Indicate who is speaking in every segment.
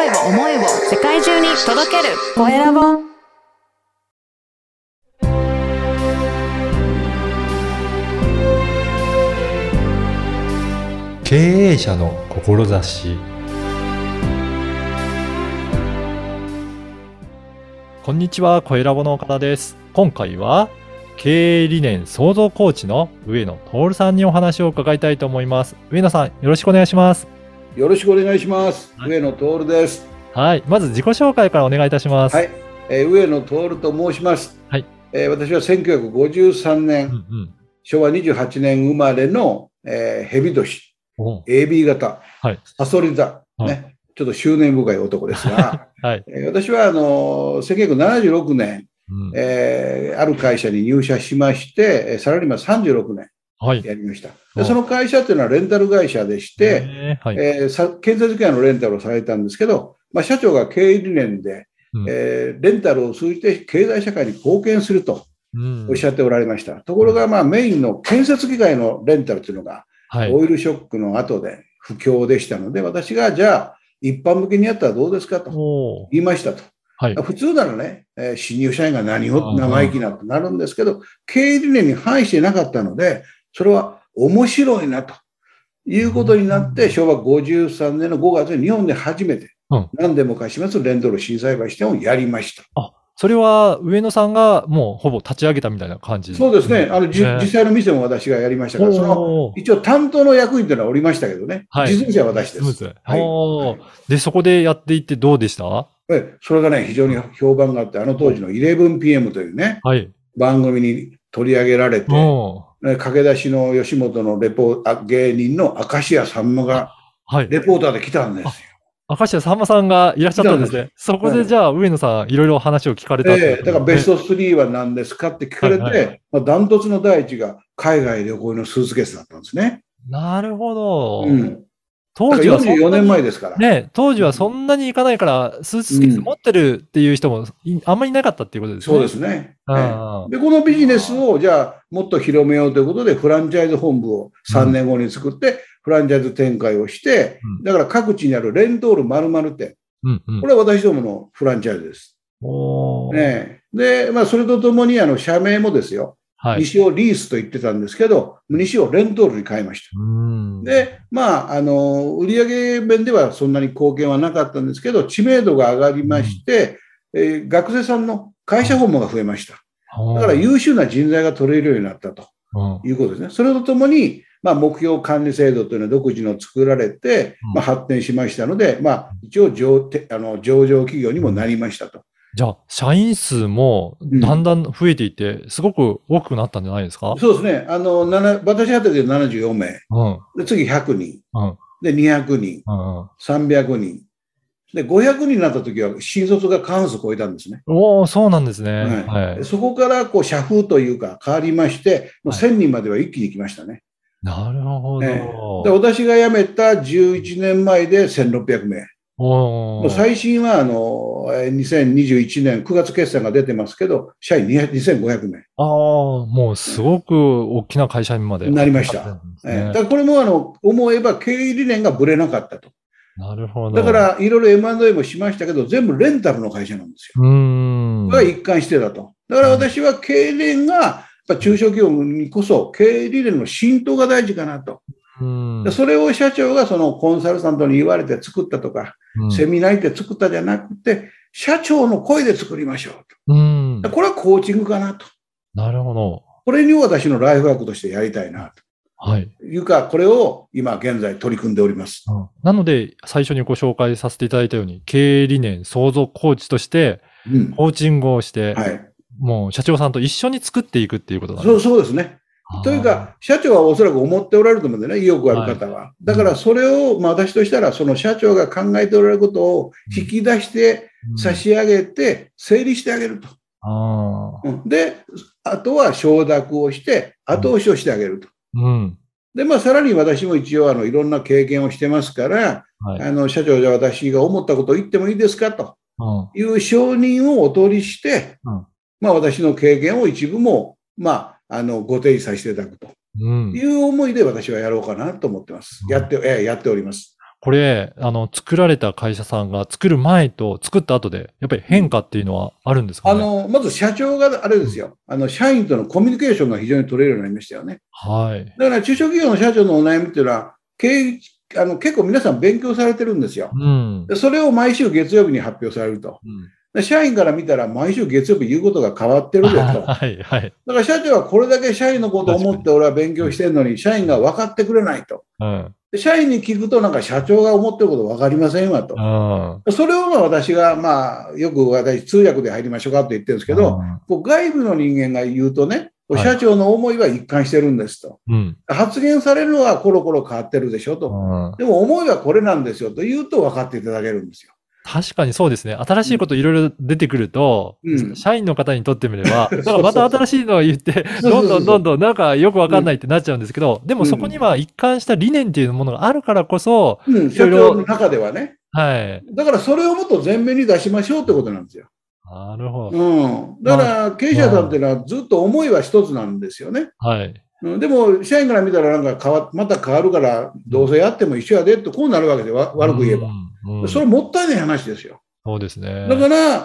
Speaker 1: 声を世界中に届けるコエラボ。
Speaker 2: 経営者の志。こんにちは、コエラボの岡田です。今回は経営理念創造コーチの上野徹さんにお話を伺いたいと思います。上野さん、よろしくお願いします。
Speaker 3: よろしくお願いします。上野徹です。
Speaker 2: はい、まず自己紹介からお願いいたします。
Speaker 3: はい、上野徹と申します。
Speaker 2: はい。
Speaker 3: 私は1953年、昭和28年生まれの、蛇年、AB 型、さそり座、ね、ちょっと執念深い男ですが、はい。私は1976年、ある会社に入社しまして、サラリーマン36年やりました。でその会社というのはレンタル会社でして、建設業のレンタルをされたんですけど、社長が経営理念で、レンタルを通じて経済社会に貢献するとおっしゃっておられました。ところが、メインの建設機械のレンタルというのが、オイルショックの後で不況でしたので、私がじゃあ一般向けにやったらどうですかと言いましたと。普通ならね、新入社員が何を生意気なとなるんですけど、経営理念に反してなかったので、それは面白いなということになって、昭和53年の5月に日本で初めて、何でも貸しますレンタル心斎橋店をやりました。
Speaker 2: それは上野さんがもうほぼ立ち上げたみたいな感じ。
Speaker 3: そうですね。実際の店も私がやりましたから、一応担当の役員というのはおりましたけどね。実務者は私です。
Speaker 2: で、そこでやっていってどうでした？
Speaker 3: それがね、非常に評判があって、当時の 11PM というね、番組に取り上げられて、駆け出しの吉本の芸人の明石家さんまがレポーターで来たんですよ。
Speaker 2: 明石家さんまさんがいらっしゃったんですね。そこでじゃあ上野さんいろいろ話を聞かれたって
Speaker 3: だからベスト3は何ですかって聞かれて、ダントツの第一が海外旅行のスーツケースだったんですね。
Speaker 2: なるほど。
Speaker 3: 当時は44年前ですから。
Speaker 2: ね、当時はそんなに行かないから、スーツケース持ってるっていう人もあんまりいなかったっていうことですね。
Speaker 3: そうですね。で、このビジネスをじゃあもっと広めようということで、フランチャイズ本部を3年後に作って、フランチャイズ展開をして、だから各地にあるレントール〇〇店。これは私どものフランチャイズです。で、それとともに社名もですよ。西尾リースと言ってたんですけど、西尾レントールに変えました。で、売上面ではそんなに貢献はなかったんですけど、知名度が上がりまして、学生さんの会社訪問が増えました。だから優秀な人材が取れるようになったということですね。それとともに、目標管理制度というのは独自の作られて、発展しましたので、一応上場企業にもなりましたと。
Speaker 2: じゃあ、社員数もだんだん増えていて、すごく多くなったんじゃないですか？
Speaker 3: そうですね。私あたりで74名。で、次100人。で、200人。300人。で、500人になった時は、新卒が過半数超えたんですね。
Speaker 2: そうなんですね。
Speaker 3: そこから、社風というか変わりまして、1000人までは一気に来ましたね。
Speaker 2: なるほど。
Speaker 3: で、私が辞めた11年前で1600名。最新は2021年9月決算が出てますけど、社員2500名。
Speaker 2: もうすごく大きな会社にまで
Speaker 3: なりました。だからこれも思えば経営理念がぶれなかったと。
Speaker 2: なるほど。
Speaker 3: だからいろいろ M&A もしましたけど、全部レンタルの会社なんですよ。これが一貫してだと。だから私は経営理念が中小企業にこそ経営理念の浸透が大事かなと。それを社長がそのコンサルタントに言われて作ったとか、セミナーで作ったじゃなくて、社長の声で作りましょうと。これはコーチングかなと。
Speaker 2: なるほど。
Speaker 3: これに私のライフワークとしてやりたいなと。いうか、これを今現在取り組んでおります。
Speaker 2: なので、最初にご紹介させていただいたように、経営理念創造コーチとして、コーチングをして、もう社長さんと一緒に作っていくっていうことなんですか？
Speaker 3: そうですね。というか、社長はおそらく思っておられると思うんでね、意欲ある方は。だからそれを、私としたら、その社長が考えておられることを引き出して差し上げて、整理してあげると。で、あとは承諾をして、後押しをしてあげると。で、さらに私も一応、いろんな経験をしてますから、社長じゃ私が思ったことを言ってもいいですかという承認をお取りして、私の経験を一部も、ご提示させていただくという思いで私はやろうかなと思ってます。やっております。
Speaker 2: これ、作られた会社さんが作る前と作った後で、やっぱり変化っていうのはあるんですかね。
Speaker 3: まず社長があれですよ。社員とのコミュニケーションが非常に取れるようになりましたよね。
Speaker 2: はい。
Speaker 3: だから中小企業の社長のお悩みっていうのは、結構皆さん勉強されてるんですよ。でそれを毎週月曜日に発表されると。社員から見たら毎週月曜日言うことが変わってるでと。
Speaker 2: はいはい。
Speaker 3: だから社長はこれだけ社員のことを思って俺は勉強してるのに、社員が分かってくれないと。で社員に聞くとなんか社長が思ってること分かりませんわと。それを私がよく私通訳で入りましょうかと言ってるんですけど、外部の人間が言うとね、社長の思いは一貫してるんですと。発言されるのはコロコロ変わってるでしょと。でも思いはこれなんですよと言うと分かっていただけるんですよ。
Speaker 2: 確かにそうですね。新しいこといろいろ出てくると、社員の方にとってみれば、なんかまた新しいのを言って、どんどんなんかよくわかんないってなっちゃうんですけど、でもそこには一貫した理念っていうものがあるからこそ、
Speaker 3: 社長の中ではね。
Speaker 2: はい。
Speaker 3: だからそれをもっと前面に出しましょうってことなんですよ。
Speaker 2: なるほど。
Speaker 3: だから経営者さんっていうのはずっと思いは一つなんですよね。
Speaker 2: はい。
Speaker 3: でも社員から見たらなんかまた変わるからどうせやっても一緒やでってこうなるわけで悪く言えば。それもったいない話ですよ。
Speaker 2: そうですね。
Speaker 3: だから、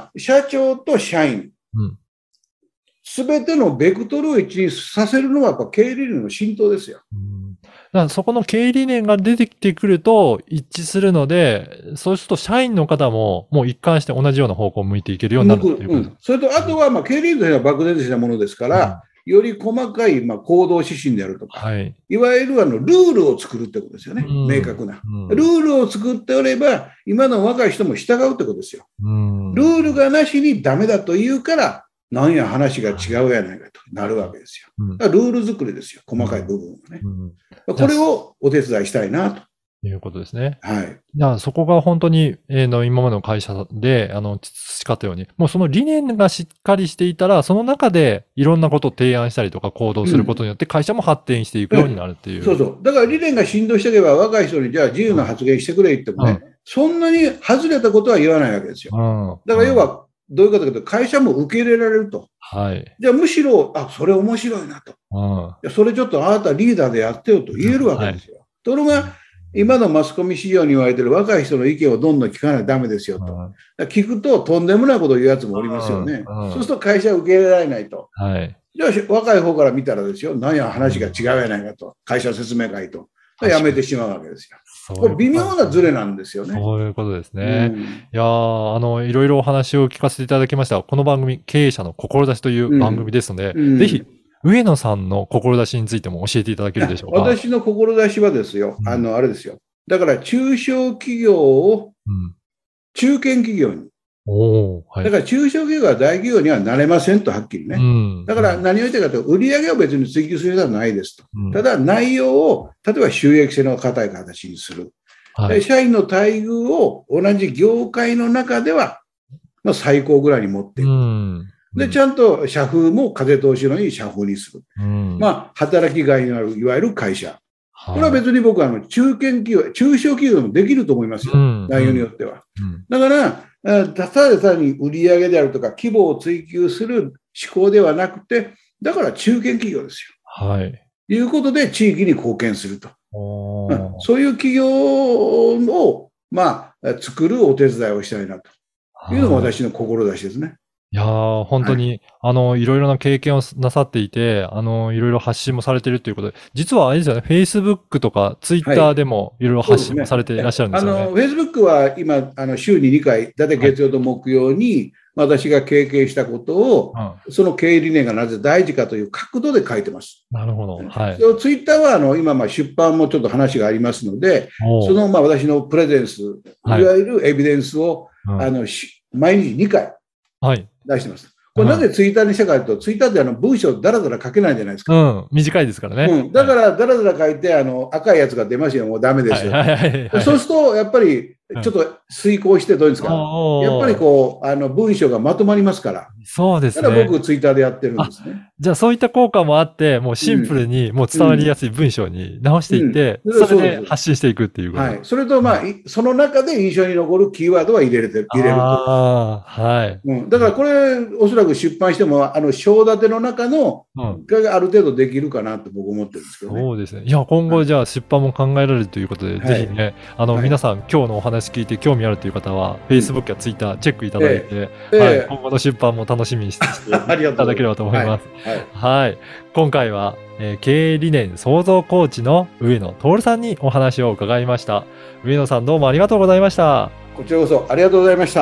Speaker 3: 社長と社員、すべてのベクトルを一致させるのはやっぱ経営理念の浸透ですよ。
Speaker 2: だからそこの経営理念が出てきてくると一致するので、そうすると社員の方ももう一貫して同じような方向を向いていけるようになるということ。
Speaker 3: それと、あとは経営理念というのは漠然としたものですから、より細かい行動指針であるとか、いわゆるルールを作るってことですよね。明確な。ルールを作っておれば、今の若い人も従うってことですよ。ルールがなしにダメだと言うから、なんや話が違うやないかとなるわけですよ。だからルール作りですよ。細かい部分をね。これをお手伝いしたいなと。
Speaker 2: いうことですね。
Speaker 3: はい。
Speaker 2: じゃあそこが本当に、今までの会社で、培ったように、もうその理念がしっかりしていたら、その中でいろんなことを提案したりとか行動することによって会社も発展していくようになるっていう。
Speaker 3: そうそう。だから理念が振動していけば若い人にじゃあ自由な発言してくれってもね、そんなに外れたことは言わないわけですよ。だから要は、どういうことかというと、会社も受け入れられると。
Speaker 2: はい。
Speaker 3: じゃあむしろ、それ面白いなと。それちょっとあなたリーダーでやってよと言えるわけですよ。ところが、今のマスコミ市場に言われてる若い人の意見をどんどん聞かないとダメですよと。聞くととんでもないことを言うやつもおりますよね。そうすると会社は受け入れられないと。
Speaker 2: はい。
Speaker 3: じゃあ若い方から見たらですよ。何や話が違うやないかと。会社説明会と。やめてしまうわけですよ。これ微妙なズレなんですよね。
Speaker 2: そういうことですね。いやー、いろいろお話を聞かせていただきました。この番組、経営者の志という番組ですので、ぜひ、上野さんの志についても教えていただけるでしょうか。
Speaker 3: 私の志はですよ、あれですよ。だから中小企業を中堅企業に。だから中小企業が大企業にはなれませんと、はっきりね。だから何を言ってるかというと、売上を別に追求する必要はないですと。ただ内容を、例えば収益性の固い形にする。社員の待遇を同じ業界の中では、最高ぐらいに持っていく。で、ちゃんと社風も風通しのいい社風にする。働きがいのある、いわゆる会社。これは別に僕は中堅企業、中小企業でもできると思いますよ。内容によっては。だから、ただ単に売上であるとか規模を追求する思考ではなくて、だから中堅企業ですよ。はい。いうことで地域に貢献すると。そういう企業を、作るお手伝いをしたいなというのが私の志ですね。
Speaker 2: いやー、本当に、いろいろな経験をなさっていて、いろいろ発信もされているということで、実はあれですよね、Facebook とか Twitter でもいろいろ発信もされていらっしゃるんですよね。
Speaker 3: Facebook は今、週に2回、だいたい月曜と木曜に、私が経験したことを、その経営理念がなぜ大事かという角度で書いてます。
Speaker 2: なるほど。はい。
Speaker 3: ツイッターは今、出版もちょっと話がありますので、その私のプレゼンス、いわゆるエビデンスを、毎日2回出してます。これなぜツイッターにしたかというと、ツイッターって文章だらだら書けないじゃないですか。
Speaker 2: 短いですからね。
Speaker 3: だからだらだら書いて赤いやつが出ましたよ、もうダメですよ。そうすると、やっぱりちょっと遂行してどうですか。やっぱりこう、文章がまとまりますから。
Speaker 2: そうですね。
Speaker 3: だから僕、ツイッターでやってるんですね。
Speaker 2: じゃあそういった効果もあって、もうシンプルにもう伝わりやすい文章に直していって、それで発信していくっていうこと。
Speaker 3: はい。それと、その中で印象に残るキーワードは入れると。
Speaker 2: はい。
Speaker 3: だからこれ、おそらく出版しても、章立ての中の、がある程度できるかなと僕思ってるんですけどね。
Speaker 2: そうですね。いや、今後じゃあ出版も考えられるということで、ぜひね、皆さん今日のお話聞いて興味あるという方は、Facebook や Twitter チェックいただいて、今後の出版も楽しみにしていただければと思います。はい。今回は、経営理念創造コーチの上野徹さんにお話を伺いました。上野さんどうもありがとうございました。
Speaker 3: こちらこそありがとうございました。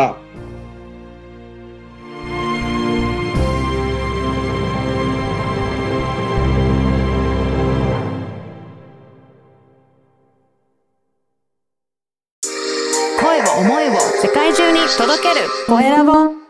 Speaker 1: 声を思いを世界中に届けるコエラボ。